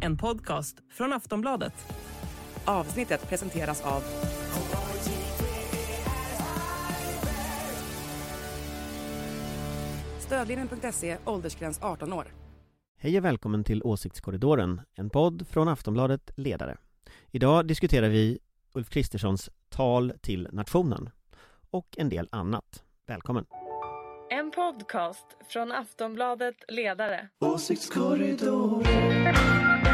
en podcast från Aftonbladet. Avsnittet presenteras av Stödlinjen.se, åldersgräns 18 år. Hej och välkommen till Åsiktskorridoren, en podd från Aftonbladet Ledare. Idag diskuterar vi Ulf Kristerssons tal till nationen och en del annat. Välkommen! En podcast från Aftonbladet Ledare. Åsiktskorridoren.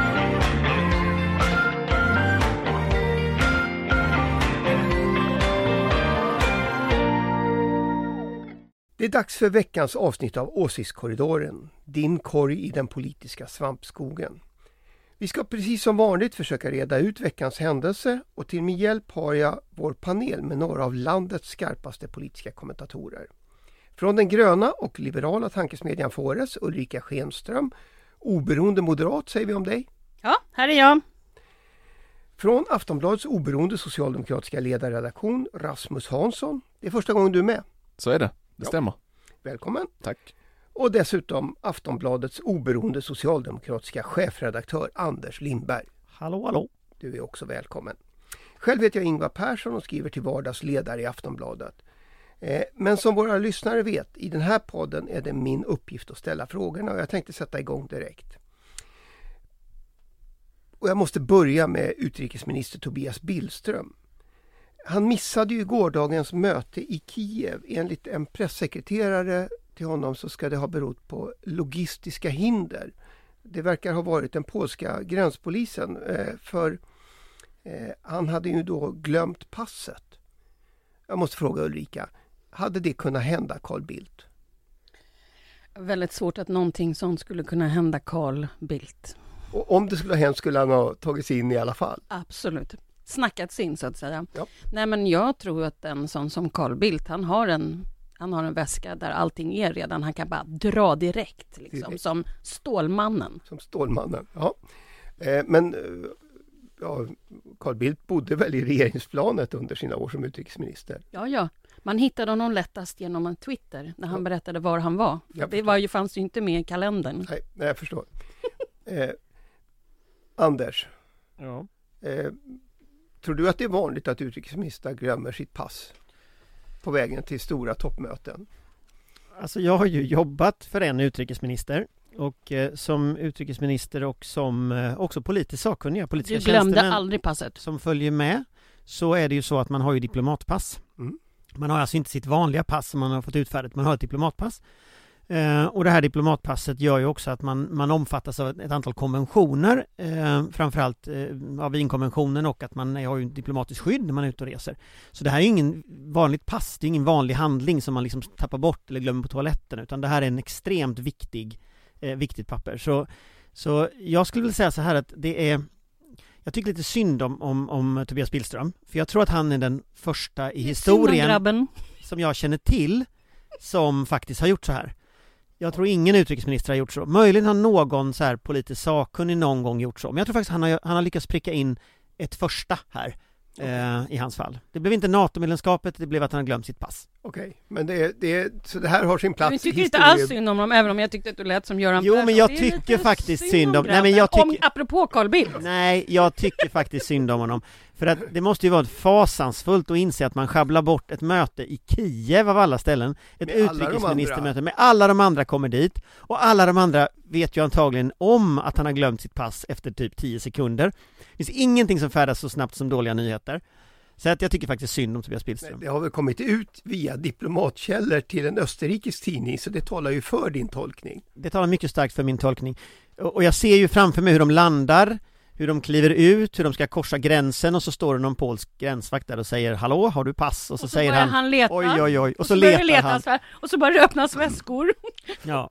Det är dags för veckans avsnitt av Åsiktskorridoren, din korg i den politiska svampskogen. Vi ska precis som vanligt försöka reda ut veckans händelse och till min hjälp har jag vår panel med några av landets skarpaste politiska kommentatorer. Från den gröna och liberala tankesmedjan Fores, Ulrika Schenström, oberoende moderat säger vi om dig. Ja, här är jag. Från Aftonbladets oberoende socialdemokratiska ledarredaktion, Rasmus Hansson. Det är första gången du är med. Så är det. Det stämmer. Välkommen. Tack. Och dessutom Aftonbladets oberoende socialdemokratiska chefredaktör Anders Lindberg. Hallå, hallå! Du är också välkommen. Själv heter jag Ingvar Persson och skriver till vardags ledare i Aftonbladet. Men som våra lyssnare vet, i den här podden är det min uppgift att ställa frågorna och jag tänkte sätta igång direkt. Och jag måste börja med utrikesminister Tobias Billström. Han missade ju gårdagens möte i Kiev. Enligt en pressekreterare till honom så ska det ha berott på logistiska hinder. Det verkar ha varit den polska gränspolisen för han hade ju då glömt passet. Jag måste fråga Ulrika, hade det kunnat hända Carl Bildt? Väldigt svårt att någonting sånt skulle kunna hända Carl Bildt. Och om det skulle ha hänt skulle han ha tagit sig in i alla fall? Absolut. Snackats in så att säga. Ja. Nej, men jag tror att en sån som Carl Bildt, han har en väska där allting är redan. Han kan bara dra direkt liksom, som Stålmannen. Som Stålmannen, ja. Men Carl Bildt bodde väl i regeringsplanet under sina år som utrikesminister? Ja. Man hittade honom lättast genom en Twitter när han berättade var han var. Fanns ju inte med i kalendern. Nej, jag förstår. Anders, Ja. Tror du att det är vanligt att utrikesministrar glömmer sitt pass på vägen till stora toppmöten? Alltså jag har ju jobbat för en utrikesminister och som utrikesminister och som också politiskt sakkunniga, politiska Du glömde tjänstemän aldrig passet. som följer med, så är det ju så att man har ju diplomatpass. Mm. Man har alltså inte sitt vanliga pass som man har fått utfärdat, man har ett diplomatpass. Och det här diplomatpasset gör ju också att man omfattas av ett antal konventioner, framförallt av Wienkonventionen, och att man har ju diplomatiskt skydd när man är ute och reser. Så det här är ju ingen vanligt pass, det är ingen vanlig handling som man liksom tappar bort eller glömmer på toaletten, utan det här är en extremt viktigt papper. Så jag skulle vilja säga så här att jag tycker lite synd om Tobias Billström, för jag tror att han är den första i historien som jag känner till som faktiskt har gjort så här. Jag tror ingen utrikesminister har gjort så. Möjligen har någon så här politisk sakkunnig någon gång gjort så. Men jag tror faktiskt han har lyckats pricka in ett första här i hans fall. Det blev inte NATO-medlemskapet, det blev att han har glömt sitt pass. Okej, men så det här har sin plats i Jag tycker historien. inte alls synd om dem, även om jag tyckte att du lät som Göran Persson. Jo, men jag tycker faktiskt synd om... Nej, men jag tycker... apropå Carl Bildt. Nej, jag tycker faktiskt synd om honom. För att det måste ju vara fasansfullt att inse att man schabblar bort ett möte i Kiev av alla ställen. Ett utrikesministermöte med alla de andra kommer dit. Och alla de andra vet ju antagligen om att han har glömt sitt pass efter typ 10 sekunder. Det finns ingenting som färdas så snabbt som dåliga nyheter. Så att jag tycker faktiskt synd om Tobias Billström. Det har väl kommit ut via diplomatkällor till en österrikisk tidning, så det talar ju för din tolkning. Det talar mycket starkt för min tolkning. Och jag ser ju framför mig hur de landar, hur de kliver ut, hur de ska korsa gränsen, och så står det någon polsk gränsvakt där och säger hallå, har du pass? Och så säger han leta. Oj. Och så letar han. Så här, och så bara öppnas väskor. Ja.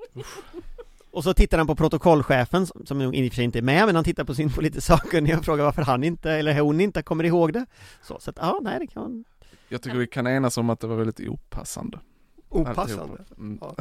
Och så tittar han på protokollchefen som nog i och för sig inte är med, men han tittar på sin politisk sakkunniga och frågar varför han inte, eller hon inte kommer ihåg det. Så att det kan... Jag tycker vi kan enas om att det var väldigt opassande. Opassande? Mm. Ja.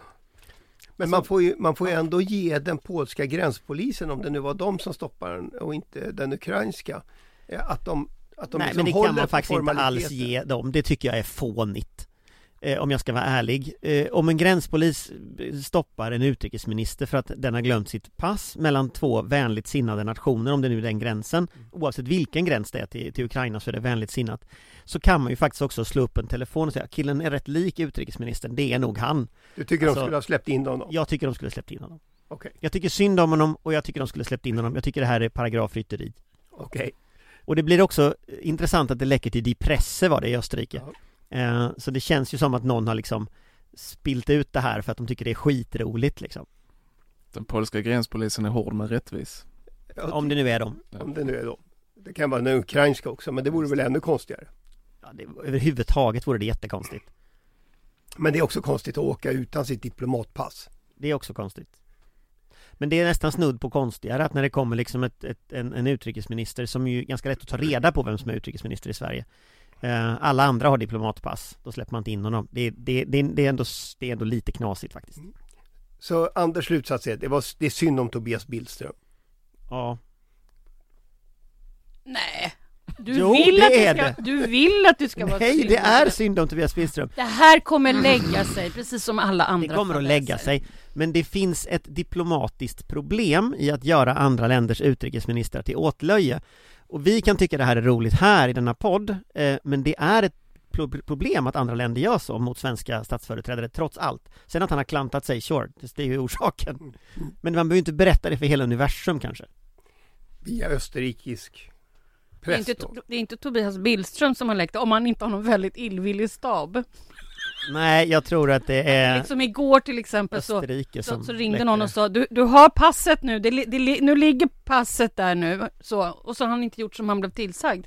Men man får ju ändå ge den polska gränspolisen, om det nu var de som stoppar den och inte den ukrainska, att de Nej, liksom men det håller kan man på faktiskt inte alls formaliteten. ge dem. Det tycker jag är fånigt. om jag ska vara ärlig. Om en gränspolis stoppar en utrikesminister för att den har glömt sitt pass mellan två vänligt sinnade nationer, om det nu är den gränsen, oavsett vilken gräns det är till Ukraina, så är det vänligt sinnat, så kan man ju faktiskt också slå upp en telefon och säga killen är rätt lik utrikesministern, det är nog han. Du tycker de skulle ha släppt in honom? Jag tycker de skulle ha släppt in honom. Okay. Jag tycker synd om honom och jag tycker de skulle ha släppt in honom. Jag tycker det här är paragrafrytteri. Okay. Och det blir också intressant att det läcker till Die Presse, var det i Österrike. Så det känns ju som att någon har liksom spilt ut det här för att de tycker det är skitroligt liksom. Den polska gränspolisen är hård men rättvis. Om det nu är dem. Om det nu är dem. Det kan vara den ukrainska också, men det vore väl ännu konstigare. Ja, överhuvudtaget vore det jättekonstigt. Men det är också konstigt att åka utan sitt diplomatpass. Det är också konstigt. Men det är nästan snudd på konstigare att när det kommer liksom en utrikesminister, som ju är ganska lätt att ta reda på vem som är utrikesminister i Sverige. Alla andra har diplomatpass, då släpper man inte in honom. Det är ändå lite knasigt faktiskt. Så Anders slutsats är det är synd om Tobias Billström. Ja. Nej. Du vill att du ska vara Nej, synd. det är synd om Tobias Billström. Det här kommer lägga sig, precis som alla andra. Det kommer att lägga sig. Men det finns ett diplomatiskt problem i att göra andra länders utrikesministrar till åtlöje. Och vi kan tycka det här är roligt här i denna podd, men det är ett problem att andra länder gör så mot svenska statsföreträdare trots allt. Sen att han har klantat sig, sure, det är ju orsaken. Men man behöver ju inte berätta det för hela universum kanske. Via österrikisk press. Det är inte Tobias Billström som har läckt, om han inte har någon väldigt illvillig stab. Nej, jag tror att det är liksom igår till exempel så ringde någon och sa du har passet nu, nu ligger passet där nu, så, och så har han inte gjort som han blev tillsagd.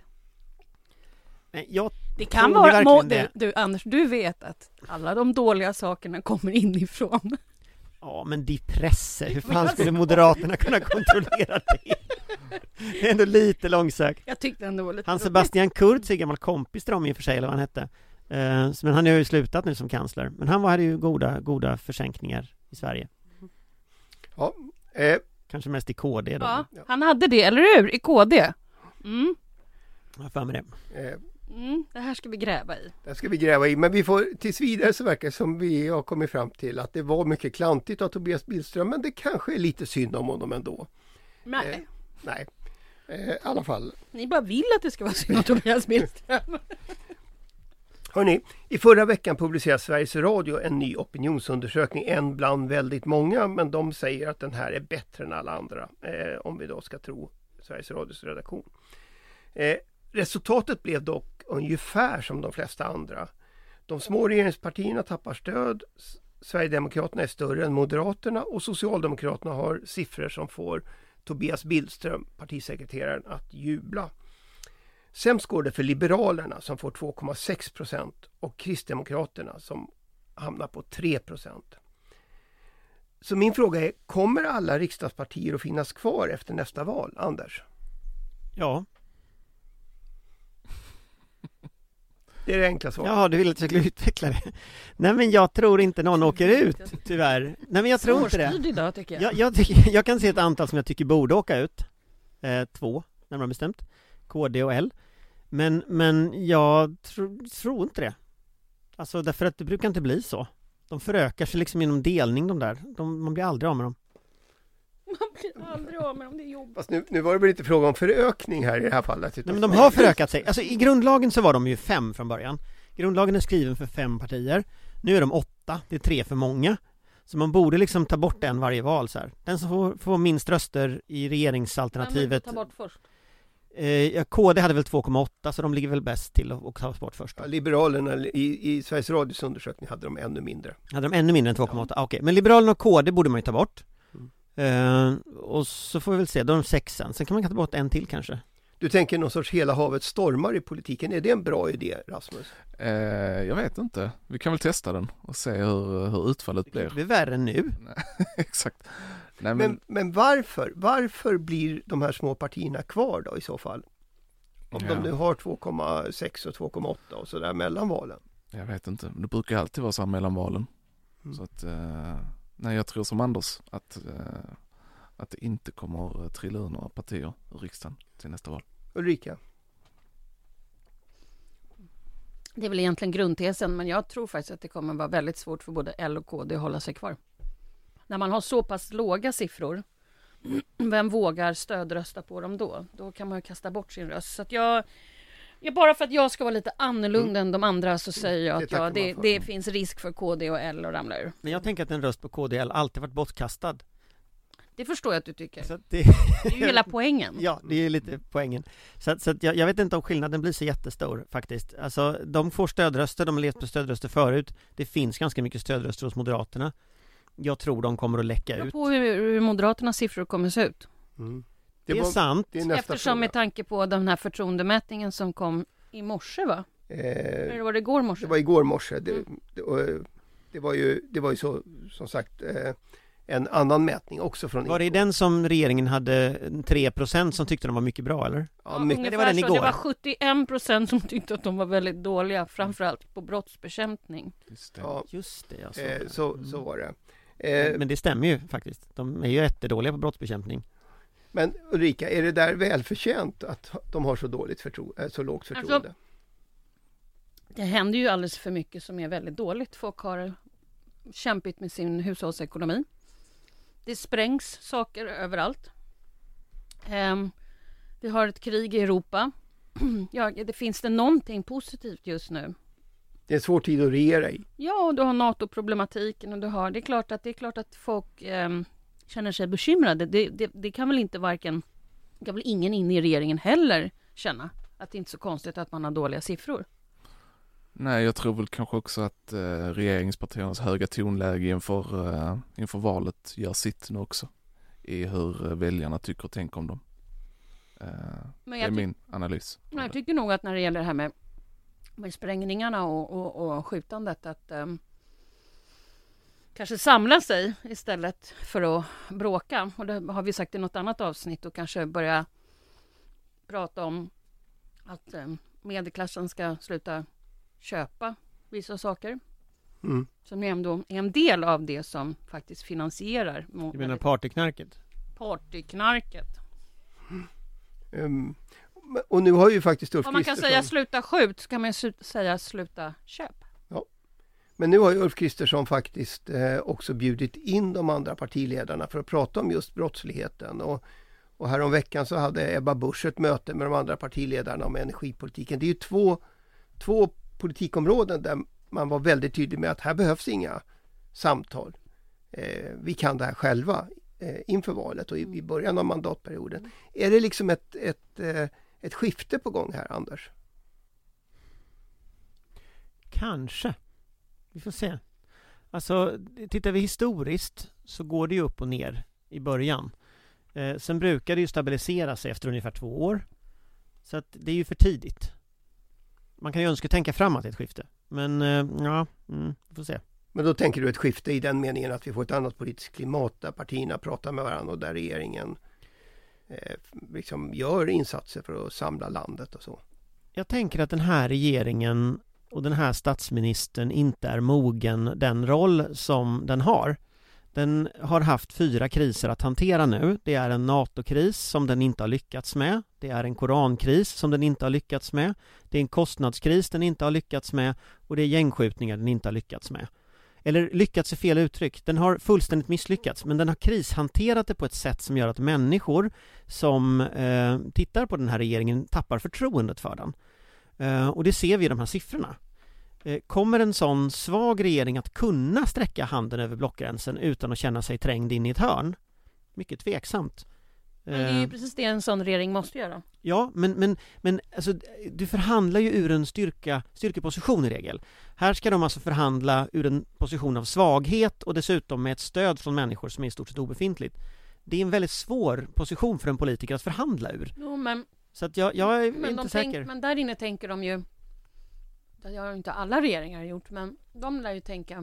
Nej, det kan vara du Anders, du vet att alla de dåliga sakerna kommer inifrån. Ja, men Die Presse, hur fan skulle Moderaterna kunna kontrollera det? Det är ändå lite långsökt. Jag tyckte ändå var lite han Sebastian Kurz är gammal kompis till dem i och för sig, eller vad han hette. Men han har ju slutat nu som kansler. Men han hade ju goda försänkningar i Sverige. Ja. Kanske mest i KD då. Ja, han hade det, eller hur? I KD. Jag för mig det. Det här ska vi gräva i. Det ska vi gräva i, men vi får tills vidare så verkar som vi har kommit fram till att det var mycket klantigt av Tobias Billström, men det kanske är lite synd om honom ändå. Nej. Nej. I alla fall. Ni bara vill att det ska vara synd om Tobias Billström. Hörrni, i förra veckan publicerade Sveriges Radio en ny opinionsundersökning, en bland väldigt många, men de säger att den här är bättre än alla andra, om vi då ska tro Sveriges Radios redaktion. Resultatet blev dock ungefär som de flesta andra. De små regeringspartierna tappar stöd, Sverigedemokraterna är större än Moderaterna och Socialdemokraterna har siffror som får Tobias Billström, partisekreteraren, att jubla. Sämst går det för Liberalerna som får 2,6% och Kristdemokraterna som hamnar på 3%. Så min fråga är, kommer alla riksdagspartier att finnas kvar efter nästa val, Anders? Ja. Det är det enkla svaret. Ja, du vill att jag skulle utveckla det. Nej, men jag tror inte någon åker ut, tyvärr. Nej, men jag tror inte det. Idag, tycker jag kan se ett antal som jag tycker borde åka ut. 2, närmare bestämt. KD och L. Men jag tror inte det. Alltså, därför att det brukar inte bli så. De förökar sig liksom genom delning, de där. Man blir aldrig av med dem. Man blir aldrig av med dem, det är jobb. Fast nu var det väl inte fråga om förökning här i det här fallet. Nej, men de har förökat sig. Alltså, i grundlagen så var de ju 5 från början. Grundlagen är skriven för 5 partier. Nu är de 8, det är 3 för många. Så man borde liksom ta bort en varje val så här. Den som får minst röster i regeringsalternativet. Ta bort först. KD hade väl 2,8, så de ligger väl bäst till att ta bort först. Ja, Liberalerna i Sveriges Radios undersökning hade de ännu mindre. Hade de ännu mindre än 2,8? Ja. Okej. Men Liberalerna och KD borde man ju ta bort. Och så får vi väl se, då är de 6. Sen kan man ta bort en till kanske. Du tänker någon sorts hela havet stormar i politiken. Är det en bra idé, Rasmus? Jag vet inte. Vi kan väl testa den och se hur utfallet blir. Det är värre än nu. Exakt. Nej, men varför blir de här små partierna kvar då i så fall? Om de nu har 2,6 och 2,8 och sådär mellan valen. Jag vet inte. Det brukar alltid vara så här mellan valen. Så att, nej, jag tror som Anders att det inte kommer trilla ur några partier ur riksdagen till nästa val. Ulrika? Det är väl egentligen grundtesen, men jag tror faktiskt att det kommer vara väldigt svårt för både L och KD att hålla sig kvar. När man har så pass låga siffror, vem vågar stödrösta på dem då? Då kan man ju kasta bort sin röst. Så att bara för att jag ska vara lite annorlunda än de andra så säger jag att det finns risk för KD och L att ramla ur. Men jag tänker att en röst på KD och L alltid varit bortkastad. Det förstår jag att du tycker. Så det är ju hela poängen. Ja, det är lite poängen. Så att jag vet inte om skillnaden blir så jättestor faktiskt. Alltså, de får stödröster, de har levt på stödröster förut. Det finns ganska mycket stödröster hos Moderaterna. Jag tror de kommer att läcka ut. På hur Moderaternas siffror kommer se ut. Det är sant. Det är eftersom fråga. Med tanke på den här förtroendemätningen som kom i morse, va? Eller var det igår morse? Det var igår morse. Det var ju så, som sagt, en annan mätning också från Var det den som regeringen hade 3% som tyckte de var mycket bra, eller? Ja, mycket. Det var den igår. Det var 71% som tyckte att de var väldigt dåliga, framförallt på brottsbekämpning. Just det. Så var det. Men det stämmer ju faktiskt. De är ju jättedåliga på brottsbekämpning. Men Ulrika, är det där välförtjänt att de har så så lågt förtroende? Alltså, det händer ju alldeles för mycket som är väldigt dåligt. Folk har kämpigt med sin hushållsekonomi. Det sprängs saker överallt. Vi har ett krig i Europa. Finns det någonting positivt just nu? Det är en svår tid att regera i. Ja, och du har NATO-problematiken och det är klart att folk känner sig bekymrade. Det kan väl inte kan väl ingen inne i regeringen heller känna att det inte är så konstigt att man har dåliga siffror. Nej, jag tror väl kanske också att regeringspartiernas höga tonläge inför valet gör sitt nu också i hur väljarna tycker och tänker om dem. Det är min analys. Men jag tycker nog att när det gäller det här med sprängningarna och skjutandet att kanske samla sig istället för att bråka. Och det har vi sagt i något annat avsnitt och kanske börja prata om att medelklassen ska sluta köpa vissa saker. Som ändå är en del av det som faktiskt finansierar. Du menar partyknarket? Partyknarket. Och nu har ju faktiskt Ulf Kristersson... Om man kan säga sluta skjut så kan man säga sluta köp. Ja. Men nu har ju Ulf Kristersson faktiskt också bjudit in de andra partiledarna för att prata om just brottsligheten. Och häromveckan så hade Ebba Busch ett möte med de andra partiledarna om energipolitiken. Det är ju två politikområden där man var väldigt tydlig med att här behövs inga samtal. Vi kan det här själva inför valet och i början av mandatperioden. Är det liksom ett skifte på gång här, Anders? Kanske. Vi får se. Alltså, tittar vi historiskt så går det ju upp och ner i början. Sen brukar det ju stabilisera sig efter ungefär 2 år. Så att det är ju för tidigt. Man kan ju önska tänka framåt ett skifte. Men vi får se. Men då tänker du ett skifte i den meningen att vi får ett annat politiskt klimat där partierna pratar med varandra och där regeringen liksom gör insatser för att samla landet och så. Jag tänker att den här regeringen och den här statsministern inte är mogen den roll som den har. Den har haft 4 kriser att hantera nu. Det är en NATO-kris som den inte har lyckats med. Det är en korankris som den inte har lyckats med. Det är en kostnadskris den inte har lyckats med. Och det är gängskjutningar den inte har lyckats med. Eller lyckats är fel uttryck. Den har fullständigt misslyckats. Men den har krishanterat det på ett sätt som gör att människor som tittar på den här regeringen tappar förtroendet för den. Och det ser vi i de här siffrorna. Kommer en sån svag regering att kunna sträcka handen över blockgränsen utan att känna sig trängd in i ett hörn? Mycket tveksamt. Men det är ju precis det en sån regering måste göra. Ja, men alltså, du förhandlar ju ur en styrkeposition i regel. Här ska de alltså förhandla ur en position av svaghet och dessutom med ett stöd från människor som är i stort sett obefintligt. Det är en väldigt svår position för en politiker att förhandla ur. Jo, men, så att jag är inte säker. Men där inne tänker de ju, det har inte alla regeringar gjort, men de lär ju tänka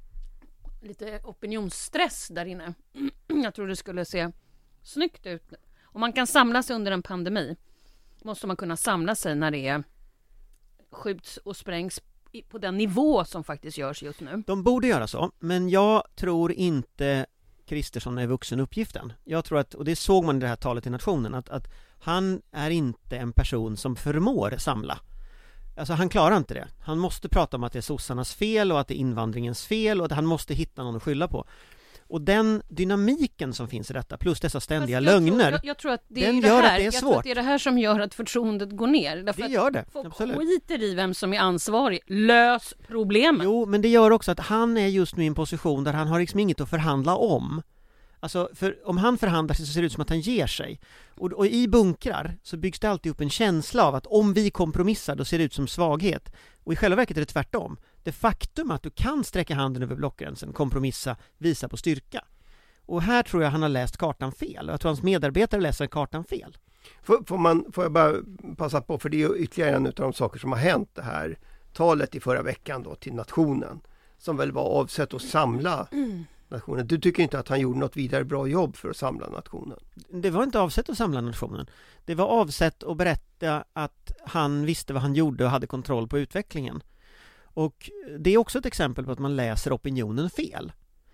lite opinionsstress där inne. Jag tror det skulle se snyggt ut. Om man kan samla sig under en pandemi måste man kunna samla sig när det är skjuts och sprängs på den nivå som faktiskt görs just nu. De borde göra så, men jag tror inte Kristersson är vuxen uppgiften. Jag tror att, och det såg man i det här talet i nationen, att han är inte en person som förmår samla. Alltså han klarar inte det. Han måste prata om att det är sossarnas fel och att det är invandringens fel och att han måste hitta någon att skylla på. Och den dynamiken som finns i detta, plus dessa ständiga lögner, jag tror att det är den det gör här, att det är jag svårt. tror att det är det här som gör att förtroendet går ner. Därför Det att gör det, folk absolut. skiter i vem som är ansvarig. Lös problemet. Jo, men det gör också att han är just nu i en position där han har liksom inget att förhandla om. Alltså, för om han förhandlar sig så ser det ut som att han ger sig. Och i bunkrar så byggs det alltid upp en känsla av att om vi kompromissar då ser det ut som svaghet. Och i själva verket är det tvärtom. Det faktum att du kan sträcka handen över blockgränsen, kompromissa, visa på styrka. Och här tror jag han har läst kartan fel. Och jag tror hans medarbetare läser kartan fel. Får jag bara passa på, för det är ju ytterligare en av de saker som har hänt, det här talet i förra veckan då till nationen, som väl var avsett att samla nationen. Du tycker inte att han gjorde något vidare bra jobb för att samla nationen? Det var inte avsett att samla nationen. Det var avsett att berätta att han visste vad han gjorde och hade kontroll på utvecklingen. Och det är också ett exempel på att man läser opinionen fel.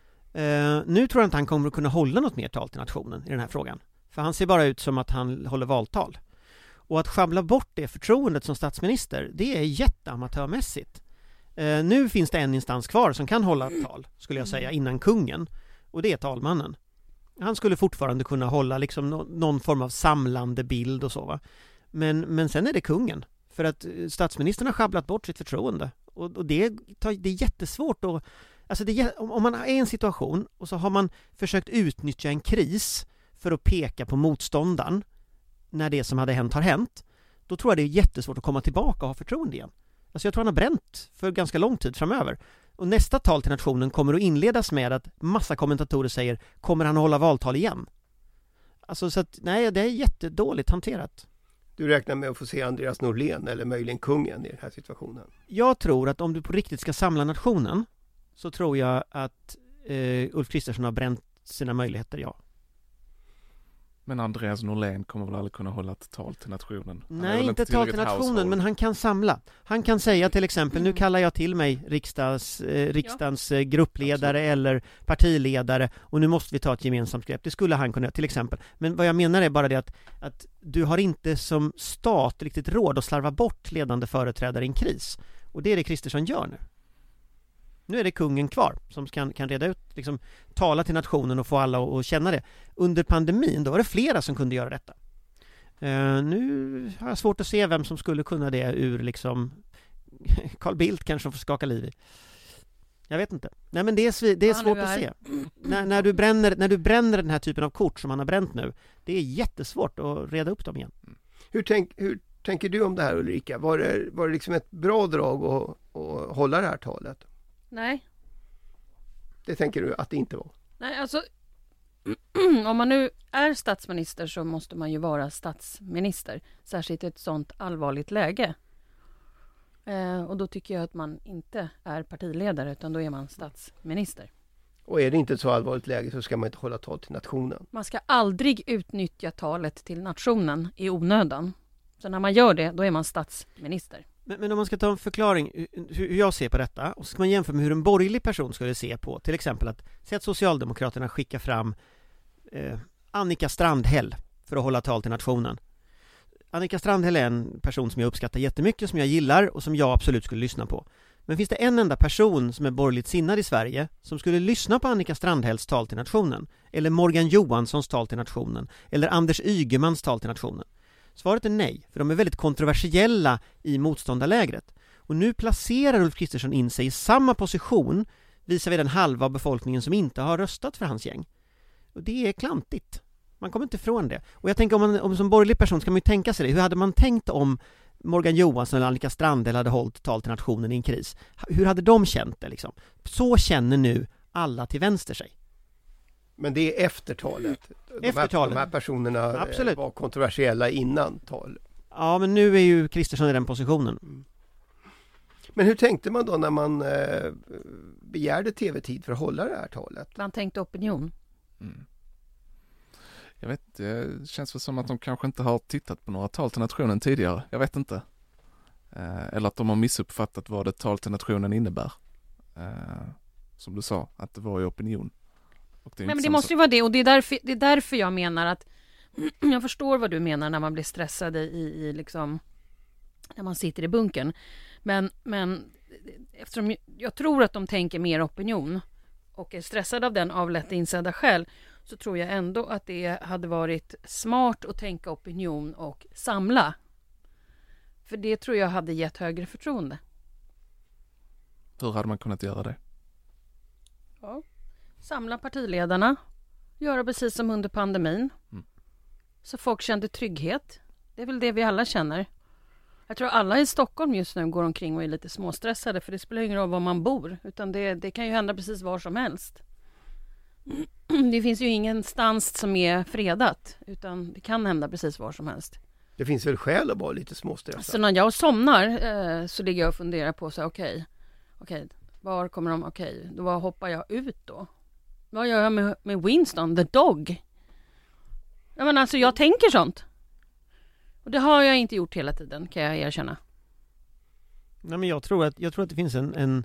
Nu tror jag inte han kommer att kunna hålla något mer tal till nationen i den här frågan. För han ser bara ut som att han håller valtal. Och att sjabbla bort det förtroendet som statsminister, det är jätteamatörmässigt. Nu finns det en instans kvar som kan hålla tal, skulle jag säga, innan kungen. Och det är talmannen. Han skulle fortfarande kunna hålla liksom någon form av samlande bild och så, va? Men sen är det kungen. För att statsministern har sjabblat bort sitt förtroende. Och det är jättesvårt att... Alltså om man är i en situation och så har man försökt utnyttja en kris för att peka på motståndaren när det som hade hänt har hänt, då tror jag det är jättesvårt att komma tillbaka och ha förtroende igen. Alltså jag tror han har bränt för ganska lång tid framöver. Och nästa tal till nationen kommer att inledas med att massa kommentatorer säger, kommer han att hålla valtal igen? Alltså så att, nej, det är jättedåligt hanterat. Du räknar med att få se Andreas Norlén eller möjligen kungen i den här situationen? Jag tror att om du på riktigt ska samla nationen så tror jag att Ulf Kristersson har bränt sina möjligheter, ja. Men Andreas Norlén kommer väl aldrig kunna hålla ett tal till nationen? Nej, inte tal till nationen, men han kan samla. Han kan säga till exempel, nu kallar jag till mig riksdagens gruppledare eller partiledare och nu måste vi ta ett gemensamt grepp. Det skulle han kunna till exempel. Men vad jag menar är bara det att du har inte som stat riktigt råd att slarva bort ledande företrädare i en kris. Och det är det Kristersson gör nu. Nu är det kungen kvar som kan reda ut, liksom, tala till nationen och få alla att känna det. Under pandemin då var det flera som kunde göra detta. Nu har jag svårt att se vem som skulle kunna det ur liksom Carl Bildt kanske får skaka liv i. Jag vet inte. Nej, men det är svårt att se. När du bränner den här typen av kort som han har bränt nu, det är jättesvårt att reda upp dem igen. Hur tänker du om det här, Ulrika? Var det liksom ett bra drag att hålla det här talet? Nej. Det tänker du att det inte var? Nej, alltså om man nu är statsminister så måste man ju vara statsminister. Särskilt i ett sånt allvarligt läge. Och då tycker jag att man inte är partiledare utan då är man statsminister. Och är det inte ett så allvarligt läge så ska man inte hålla tal till nationen. Man ska aldrig utnyttja talet till nationen i onödan. Så när man gör det, då är man statsminister. Men om man ska ta en förklaring hur jag ser på detta och så ska man jämföra med hur en borgerlig person skulle se på till exempel att Socialdemokraterna skickar fram Annika Strandhäll för att hålla tal till nationen. Annika Strandhäll är en person som jag uppskattar jättemycket, som jag gillar och som jag absolut skulle lyssna på. Men finns det en enda person som är borgerligt sinnad i Sverige som skulle lyssna på Annika Strandhälls tal till nationen eller Morgan Johanssons tal till nationen eller Anders Ygemans tal till nationen? Svaret är nej, för de är väldigt kontroversiella i motståndarlägret. Och nu placerar Ulf Kristersson in sig i samma position visar vi den halva av befolkningen som inte har röstat för hans gäng. Och det är klantigt. Man kommer inte ifrån det. Och jag tänker om som borgerlig person ska man ju tänka sig det. Hur hade man tänkt om Morgan Johansson eller Annika Strandhäll hade hållit tal till nationen i en kris? Hur hade de känt det liksom? Så känner nu alla till vänster sig. Men det är efter talet. De här personerna Absolut. Var kontroversiella innan tal. Ja, men nu är ju Kristersson i den positionen. Men hur tänkte man då när man begärde tv-tid för att hålla det här talet? Man tänkte opinion. Jag vet, det känns väl som att de kanske inte har tittat på några tal till nationen tidigare. Jag vet inte. Eller att de har missuppfattat vad ett tal till nationen innebär. Som du sa, att det var ju opinion. Men det måste ju vara det, och det är därför jag menar att jag förstår vad du menar när man blir stressad i liksom när man sitter i bunkern. Men eftersom jag tror att de tänker mer opinion och är stressade av den av lätt insedda skäl, så tror jag ändå att det hade varit smart att tänka opinion och samla. För det tror jag hade gett högre förtroende. Hur hade man kunnat göra det? Ja. Samla partiledarna. Göra precis som under pandemin. Så folk kände trygghet. Det är väl det vi alla känner. Jag tror alla i Stockholm just nu går omkring och är lite småstressade. För det spelar ingen roll var man bor. Utan det kan ju hända precis var som helst. Det finns ju ingenstans som är fredat. Utan det kan hända precis var som helst. Det finns väl skäl att vara lite småstressad? Så när jag somnar så ligger jag och funderar på så okej, var kommer de, då var hoppar jag ut då? Vad gör jag med Winston, the dog? Ja, men alltså jag tänker sånt. Och det har jag inte gjort hela tiden, kan jag erkänna. Nej, men jag tror att det finns en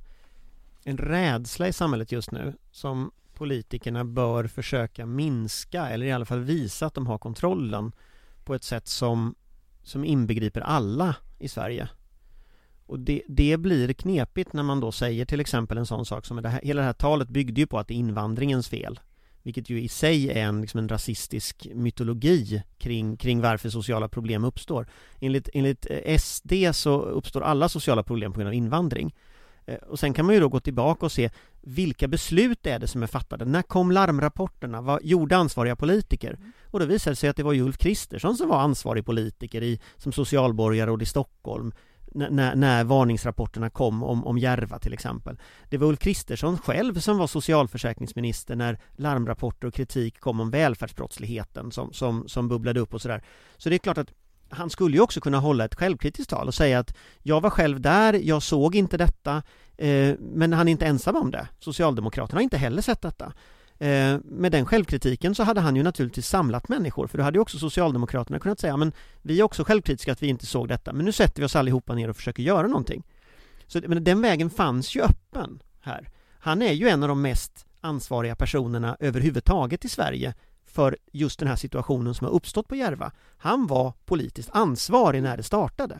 rädsla i samhället just nu som politikerna bör försöka minska, eller i alla fall visa att de har kontrollen på ett sätt som inbegriper alla i Sverige. Och det blir knepigt när man då säger till exempel en sån sak som hela det här talet byggde ju på att det är invandringens fel. Vilket ju i sig är en rasistisk mytologi kring varför sociala problem uppstår. Enligt SD så uppstår alla sociala problem på grund av invandring. Och sen kan man ju då gå tillbaka och se vilka beslut är det som är fattade. När kom larmrapporterna? Vad gjorde ansvariga politiker? Och då visade det sig att det var Ulf Kristersson som var ansvarig politiker som socialborgarråd i Stockholm när varningsrapporterna kom om Järva till exempel. Det var Ulf Kristersson själv som var socialförsäkringsminister när larmrapporter och kritik kom om välfärdsbrottsligheten som bubblade upp och sådär. Så det är klart att han skulle ju också kunna hålla ett självkritiskt tal och säga att jag var själv där, jag såg inte detta, men han är inte ensam om det. Socialdemokraterna har inte heller sett detta. Med den självkritiken så hade han ju naturligtvis samlat människor, för då hade ju också Socialdemokraterna kunnat säga men vi är också självkritiska att vi inte såg detta, men nu sätter vi oss allihopa ner och försöker göra någonting. Så men den vägen fanns ju öppen här. Han är ju en av de mest ansvariga personerna överhuvudtaget i Sverige för just den här situationen som har uppstått på Järva. Han var politiskt ansvarig när det startade.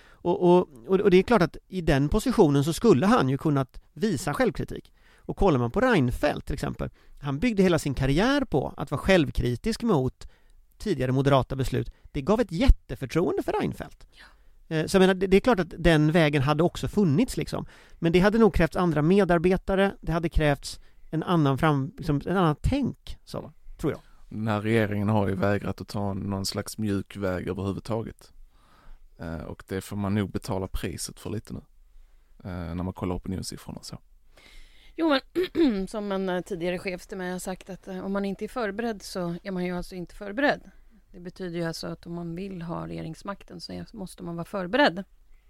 Och det är klart att i den positionen så skulle han ju kunnat visa självkritik. Och kollar man på Reinfeldt till exempel, han byggde hela sin karriär på att vara självkritisk mot tidigare moderata beslut. Det gav ett jätteförtroende för Reinfeldt. Ja. Så jag menar, det är klart att den vägen hade också funnits liksom. Men det hade nog krävts andra medarbetare, det hade krävts en annan en annan tänk, så tror jag. Den här regeringen har ju vägrat att ta någon slags mjuk väg överhuvudtaget. Och det får man nog betala priset för lite nu. När man kollar opinionssiffrorna så. Jo, men som en tidigare chef till mig har sagt att om man inte är förberedd så är man ju alltså inte förberedd. Det betyder ju alltså att om man vill ha regeringsmakten så måste man vara förberedd.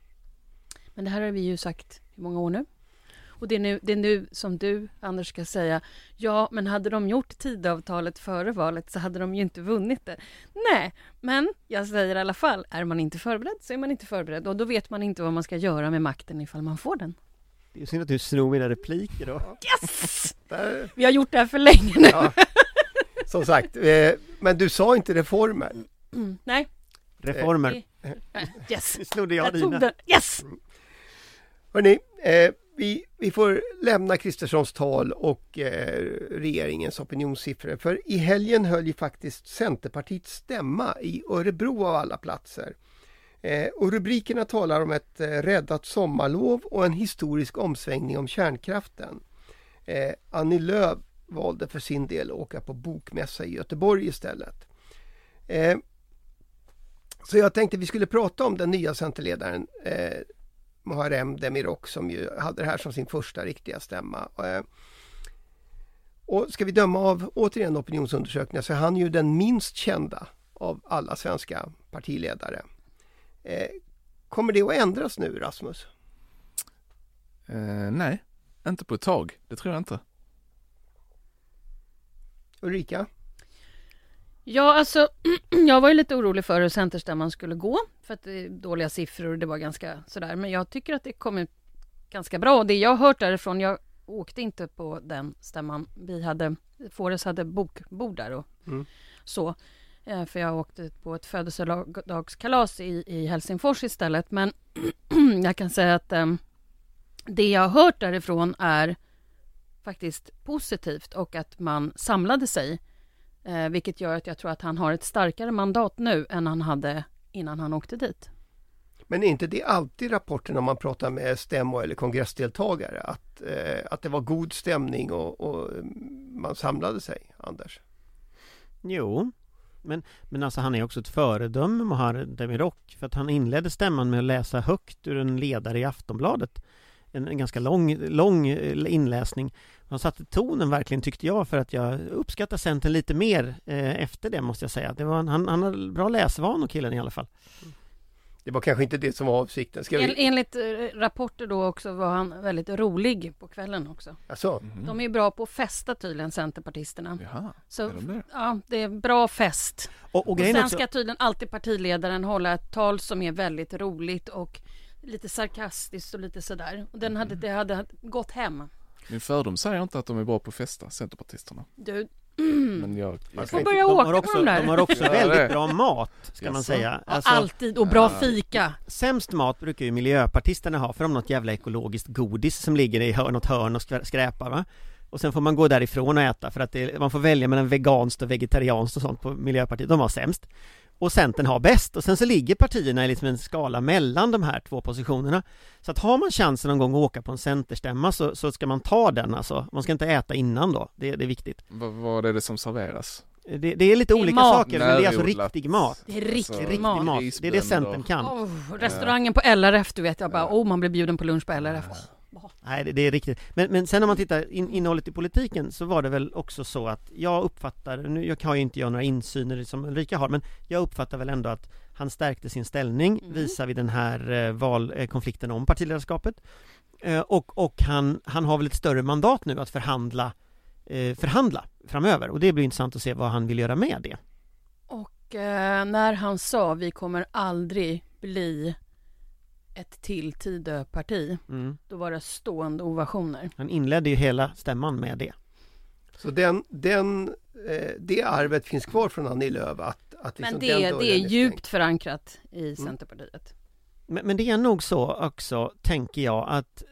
Men det här har vi ju sagt i många år nu. Och det är nu som du, Anders, ska säga ja, men hade de gjort tidavtalet före valet så hade de ju inte vunnit det. Nej, men jag säger i alla fall, är man inte förberedd så är man inte förberedd. Och då vet man inte vad man ska göra med makten ifall man får den. Det är synd att du snor mina repliker då. Yes! Vi har gjort det här för länge nu. Ja. Som sagt, men du sa inte reformer. Nej. Reformer. Yes. Det snodde jag dina. Yes! Hörrni, vi får lämna Kristerssons tal och regeringens opinionssiffror. För i helgen höll ju faktiskt Centerpartiet stämma i Örebro av alla platser. Och rubrikerna talar om ett räddat sommarlov och en historisk omsvängning om kärnkraften. Annie Lööf valde för sin del att åka på bokmässa i Göteborg istället. Så jag tänkte vi skulle prata om den nya centerledaren Muharrem Demirok som ju hade det här som sin första riktiga stämma. Och ska vi döma av återigen opinionsundersökningar så är han ju den minst kända av alla svenska partiledare. Kommer det att ändras nu, Rasmus? Nej, inte på ett tag. Det tror jag inte. Ulrika? Ja, alltså jag var ju lite orolig för hur centerstämman skulle gå. För att det är dåliga siffror och det var ganska sådär. Men jag tycker att det kom ut ganska bra. Och det jag har hört därifrån, jag åkte inte på den stämman. Fores hade bokbord där och så. För jag åkte på ett födelsedagskalas i Helsingfors istället. Men jag kan säga att det jag har hört därifrån är faktiskt positivt och att man samlade sig. Vilket gör att jag tror att han har ett starkare mandat nu än han hade innan han åkte dit. Men är inte det alltid rapporten om man pratar med stämmo- eller kongressdeltagare att det var god stämning och man samlade sig, Anders? Jo, men alltså han är också ett föredöme, Muharrem Demirok, för att han inledde stämman med att läsa högt ur en ledare i Aftonbladet. En ganska lång inläsning. Han satte tonen verkligen, tyckte jag, för att jag uppskattar Centern lite mer efter det, måste jag säga. Han har bra läsvanor, killen, i alla fall. Det var kanske inte det som var avsikten. Enligt rapporter då också var han väldigt rolig på kvällen också. Alltså. De är ju bra på att festa tydligen, centerpartisterna. Jaha, så är de det? ja, det är bra fest. Och sen också, ska tydligen alltid partiledaren hålla ett tal som är väldigt roligt och lite sarkastiskt och lite sådär. Och det hade gått hem. Min fördom säger inte att de är bra på att festa, centerpartisterna. Du, Men jag får börja åka på de där. De har också väldigt bra mat, ska man säga. Alltså, alltid, och bra fika. Sämst mat brukar ju miljöpartisterna ha, för de har något jävla ekologiskt godis som ligger i något hörn och skräpar, va? Och sen får man gå därifrån och äta, för att man får välja mellan veganskt och vegetarianskt och sånt på Miljöpartiet. De har sämst. Och Centern har bäst. Och sen så ligger partierna i liksom en skala mellan de här två positionerna. Så att har man chansen någon gång att åka på en centerstämma så ska man ta den, alltså. Man ska inte äta innan då. Det är viktigt. Vad är det som serveras? Det är lite olika mat. saker, men det är alltså riktig mat. Det är riktig mat. mat. Det är det Centern kan. Restaurangen på LRF, du vet, jag bara, man blir bjuden på lunch på LRF. Nej, det är riktigt. Men sen när man tittar innehållet i politiken, så var det väl också så att jag uppfattar, nu jag kan ju inte göra några insyner som Ulrika har, men jag uppfattar väl ändå att han stärkte sin ställning visar vid den här valkonflikten om partiledarskapet. Och han har väl ett större mandat nu att förhandla framöver, och det blir intressant att se vad han vill göra med det. Och när han sa vi kommer aldrig bli ett till Tidöparti, då var det stående ovationer. Han inledde ju hela stämman med det. Så det arvet finns kvar från Annie Lööf att liksom men det är djupt förankrat i Centerpartiet. Men det är nog så också, tänker jag, att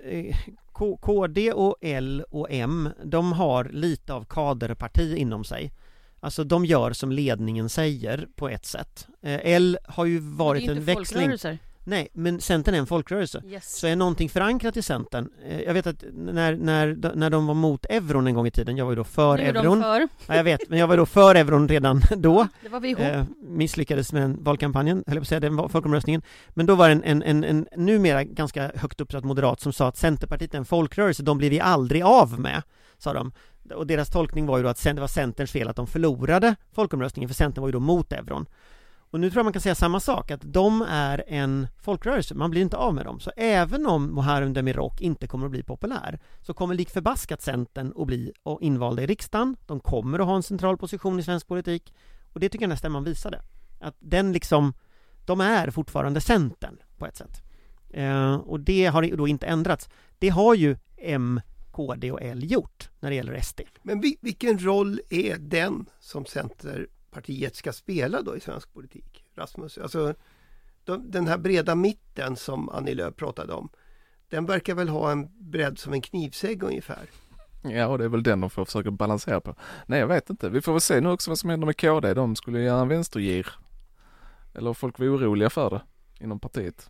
KD och L och M, de har lite av kaderparti inom sig. Alltså de gör som ledningen säger på ett sätt. L har ju varit en växling. Nej, men Centern är en folkrörelse. Yes. Så är någonting förankrat i Centern. Jag vet att när de var mot euron en gång i tiden, jag var ju då för euron. Ja, jag vet, men jag var då för euron redan då. Det var vi ihop. Misslyckades med den valkampanjen, höll jag på att säga, den folkomröstningen. Men då var det en numera ganska högt uppsatt moderat som sa att Centerpartiet är en folkrörelse, de blir vi aldrig av med, sa de. Och deras tolkning var ju då att det var Centerns fel att de förlorade folkomröstningen, för Centern var ju då mot euron. Och nu tror jag man kan säga samma sak, att de är en folkrörelse, man blir inte av med dem. Så även om Muharrem Demirok inte kommer att bli populär, så kommer lik förbaskat Centern att bli invalda i riksdagen. De kommer att ha en central position i svensk politik, och det tycker jag nästan man visade. Att de är fortfarande Centern på ett sätt. Och det har då inte ändrats. Det har ju M, KD och L gjort när det gäller SD. Men vilken roll är den som Centerpartiet ska spela då i svensk politik, Rasmus? Alltså den här breda mitten som Annie Lööf pratade om, den verkar väl ha en bredd som en knivsägg ungefär. Ja, och det är väl den de får försöka balansera på. Nej, jag vet inte. Vi får väl se nu också vad som händer med KD. De skulle göra en vänstergir. Eller folk var oroliga för det inom partiet.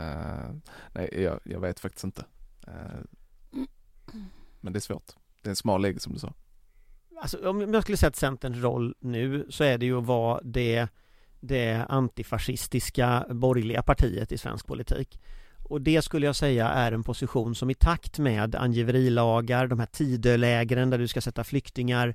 Nej, jag vet faktiskt inte. Men det är svårt. Det är en smal lägg som du sa. Alltså, om jag skulle säga att Centerns roll nu, så är det ju att vara det antifascistiska borgerliga partiet i svensk politik. Och det skulle jag säga är en position som i takt med angiverilagar, de här Tidölägren där du ska sätta flyktingar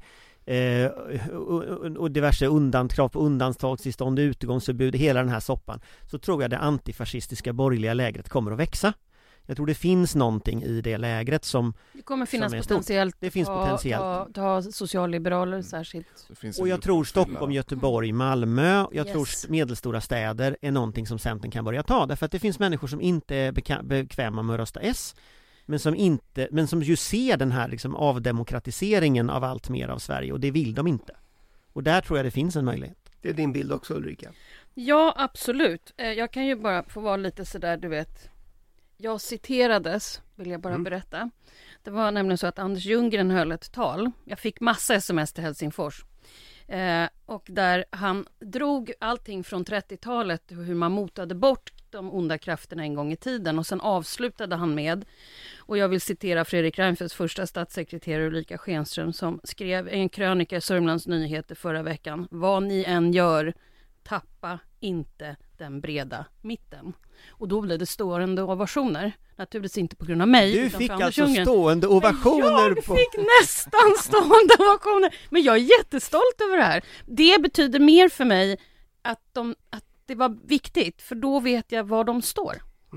och diverse krav på undantagstillstånd, utegångsförbud, hela den här soppan, så tror jag det antifascistiska borgerliga lägret kommer att växa. Jag tror det finns någonting i det lägret som det kommer finnas som potentiellt. Det finns potentiellt. Ta socialliberaler särskilt. Och jag tror Stockholm, Göteborg, Malmö, jag tror medelstora städer är någonting som Centern kan börja ta. Därför att det finns människor som inte är bekväma med att rösta S, men som ju ser den här liksom avdemokratiseringen av allt mer av Sverige, och det vill de inte. Och där tror jag det finns en möjlighet. Det är din bild också, Ulrika. Ja, absolut. Jag kan ju bara få vara lite sådär, du vet. Jag citerades, vill jag bara berätta. Det var nämligen så att Anders Ljunggren höll ett tal. Jag fick massa sms till Helsingfors. Och där han drog allting från 30-talet, hur man motade bort de onda krafterna en gång i tiden. Och sen avslutade han med, och jag vill citera Fredrik Reinfeldts första statssekreterare Ulrika Schenström, som skrev en krönika i Sörmlands Nyheter förra veckan. Vad ni än gör, tappa inte den breda mitten. Och då blev det stående ovationer. Naturligtvis inte på grund av mig. Du utan fick för alltså Anders stående ovationer. Jag fick nästan stående ovationer. Men jag är jättestolt över det här. Det betyder mer för mig att det var viktigt. För då vet jag var de står.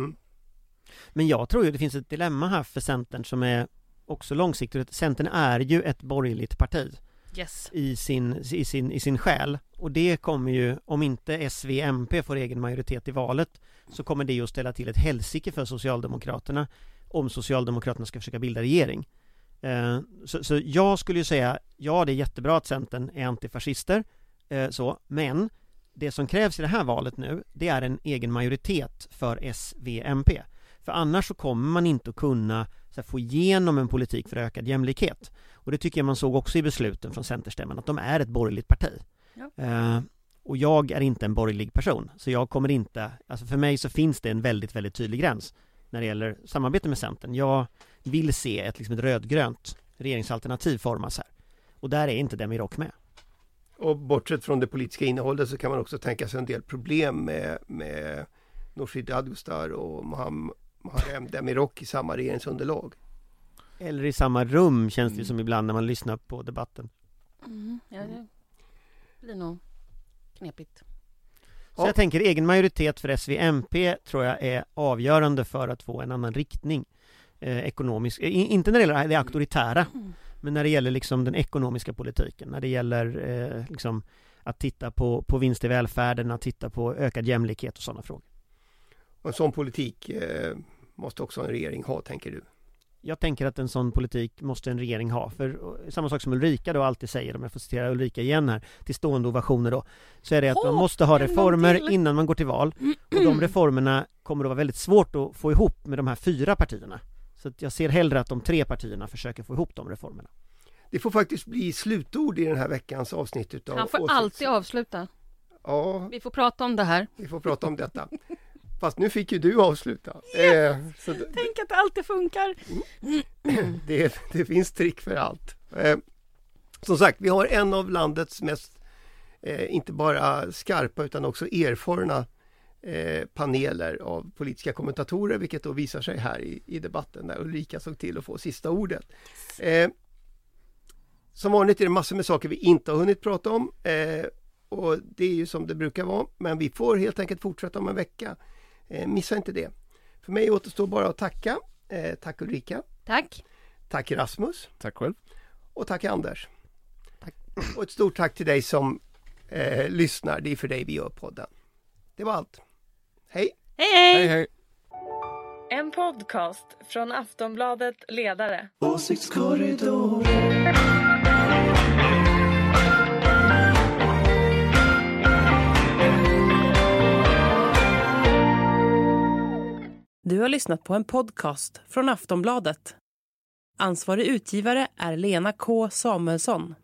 Men jag tror ju det finns ett dilemma här för Centern som är också långsiktigt. Centern är ju ett borgerligt parti. Yes. I sin själ, och det kommer ju, om inte SVMP får egen majoritet i valet, så kommer det ju att ställa till ett helsike för Socialdemokraterna om Socialdemokraterna ska försöka bilda regering. Så jag skulle ju säga, ja, det är jättebra att Centern är antifascister, men det som krävs i det här valet nu, det är en egen majoritet för SVMP. För annars så kommer man inte att kunna få igenom en politik för ökad jämlikhet. Och det tycker jag man såg också i besluten från Centerstämman, att de är ett borgerligt parti. Ja. Och jag är inte en borgerlig person, så jag kommer inte, alltså för mig så finns det en väldigt, väldigt tydlig gräns när det gäller samarbete med Centern. Jag vill se ett rödgrönt regeringsalternativ formas här. Och där är inte Demirok med. Och bortsett från det politiska innehållet så kan man också tänka sig en del problem med Nooshi Dadgostar och Muharrem Demirok i samma regeringsunderlag. Eller i samma rum, känns det som ibland när man lyssnar på debatten. Ja, det blir nog knepigt. Så jag tänker egen majoritet för SVMP tror jag är avgörande för att få en annan riktning ekonomisk. Inte när det gäller det auktoritära, men när det gäller den ekonomiska politiken, när det gäller att titta på vinst i välfärden, att titta på ökad jämlikhet och sådana frågor. Och en sån politik måste också en regering ha, tänker du? Jag tänker att en sån politik måste en regering ha. För samma sak som Ulrika då alltid säger, om jag får citera Ulrika igen här, till stående ovationer då, så är det att man måste ha reformer innan man går till val. Och de reformerna kommer att vara väldigt svårt att få ihop med de här 4 partierna. Så att jag ser hellre att de 3 partierna försöker få ihop de reformerna. Det får faktiskt bli slutord i den här veckans avsnitt utav Han får alltid avsluta. Ja. Vi får prata om det här. Vi får prata om detta. Fast nu fick ju du avsluta. Tänk att det alltid funkar. Det finns trick för allt. Som sagt, vi har en av landets mest inte bara skarpa utan också erfarna paneler av politiska kommentatorer, vilket då visar sig här i debatten när Ulrika såg till att få sista ordet. Som vanligt är det massor med saker vi inte har hunnit prata om, och det är ju som det brukar vara, men vi får helt enkelt fortsätta om en vecka. Missa inte det. För mig återstår bara att tacka. Tack Ulrika. Tack. Tack Rasmus. Tack själv. Och tack Anders. Tack. Och ett stort tack till dig som lyssnar. Det är för dig vi gör podden. Det var allt. Hej! Hej hej! Hej hej! En podcast från Aftonbladet Ledare. Åsiktskorridor. Du har lyssnat på en podcast från Aftonbladet. Ansvarig utgivare är Lena K. Samuelsson.